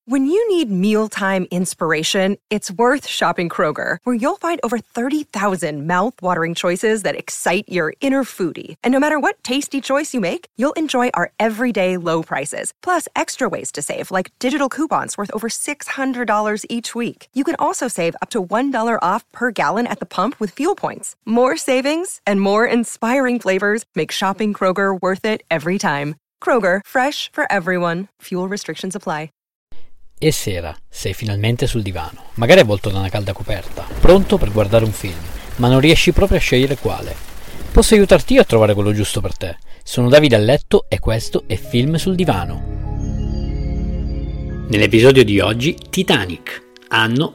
When you need mealtime inspiration, it's worth shopping Kroger, where you'll find over 30,000 mouth-watering choices that excite your inner foodie. And no matter what tasty choice you make, you'll enjoy our everyday low prices, plus extra ways to save, like digital coupons worth over $600 each week. You can also save up to $1 off per gallon at the pump with fuel points. More savings and more inspiring flavors make shopping Kroger worth it every time. Kroger, fresh for everyone. Fuel restrictions apply. E sera, sei finalmente sul divano, magari avvolto da una calda coperta, pronto per guardare un film, ma non riesci proprio a scegliere quale. Posso aiutarti io a trovare quello giusto per te. Sono Davide a letto e questo è Film sul divano. Nell'episodio di oggi, Titanic, anno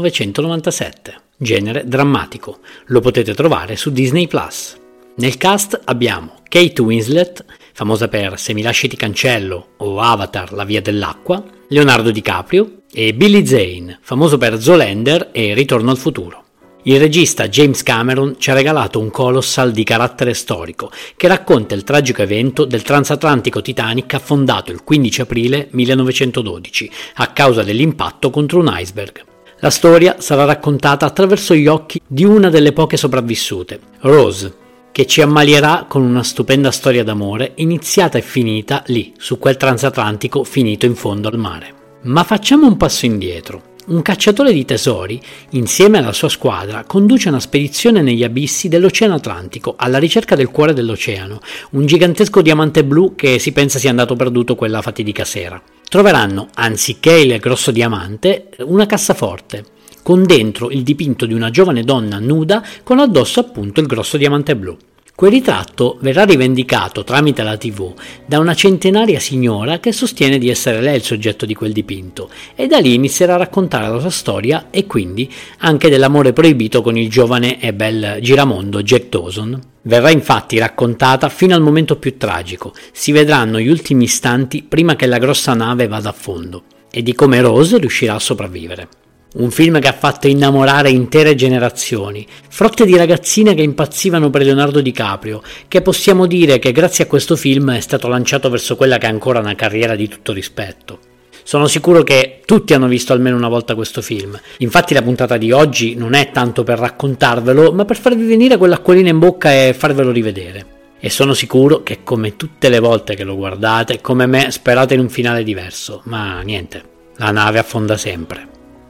1997, genere drammatico. Lo potete trovare su Disney+. Nel cast abbiamo Kate Winslet, famosa per Se mi lasci ti cancello o Avatar, la via dell'acqua, Leonardo DiCaprio e Billy Zane, famoso per Zoolander e Ritorno al futuro. Il regista James Cameron ci ha regalato un colossal di carattere storico che racconta il tragico evento del transatlantico Titanic affondato il 15 aprile 1912 a causa dell'impatto contro un iceberg. La storia sarà raccontata attraverso gli occhi di una delle poche sopravvissute, Rose, che ci ammalierà con una stupenda storia d'amore iniziata e finita lì, su quel transatlantico finito in fondo al mare. Ma facciamo un passo indietro. Un cacciatore di tesori, insieme alla sua squadra, conduce una spedizione negli abissi dell'Oceano Atlantico alla ricerca del cuore dell'oceano, un gigantesco diamante blu che si pensa sia andato perduto quella fatidica sera. Troveranno, anziché il grosso diamante, una cassaforte, con dentro il dipinto di una giovane donna nuda con addosso appunto il grosso diamante blu. Quel ritratto verrà rivendicato tramite la TV da una centenaria signora che sostiene di essere lei il soggetto di quel dipinto e da lì inizierà a raccontare la sua storia e quindi anche dell'amore proibito con il giovane e bel giramondo Jack Dawson. Verrà infatti raccontata fino al momento più tragico, si vedranno gli ultimi istanti prima che la grossa nave vada a fondo e di come Rose riuscirà a sopravvivere. Un film che ha fatto innamorare intere generazioni, frotte di ragazzine che impazzivano per Leonardo DiCaprio, che possiamo dire che grazie a questo film è stato lanciato verso quella che è ancora una carriera di tutto rispetto. Sono sicuro che tutti hanno visto almeno una volta questo film, infatti la puntata di oggi non è tanto per raccontarvelo, ma per farvi venire quell'acquolina in bocca e farvelo rivedere. E sono sicuro che come tutte le volte che lo guardate, come me, sperate in un finale diverso, ma niente, la nave affonda sempre.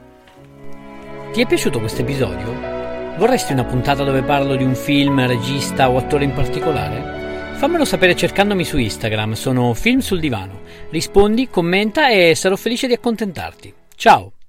Ti è piaciuto questo episodio? Vorresti una puntata dove parlo di un film, regista o attore in particolare? Fammelo sapere cercandomi su Instagram, sono Film sul divano. Rispondi, commenta e sarò felice di accontentarti. Ciao!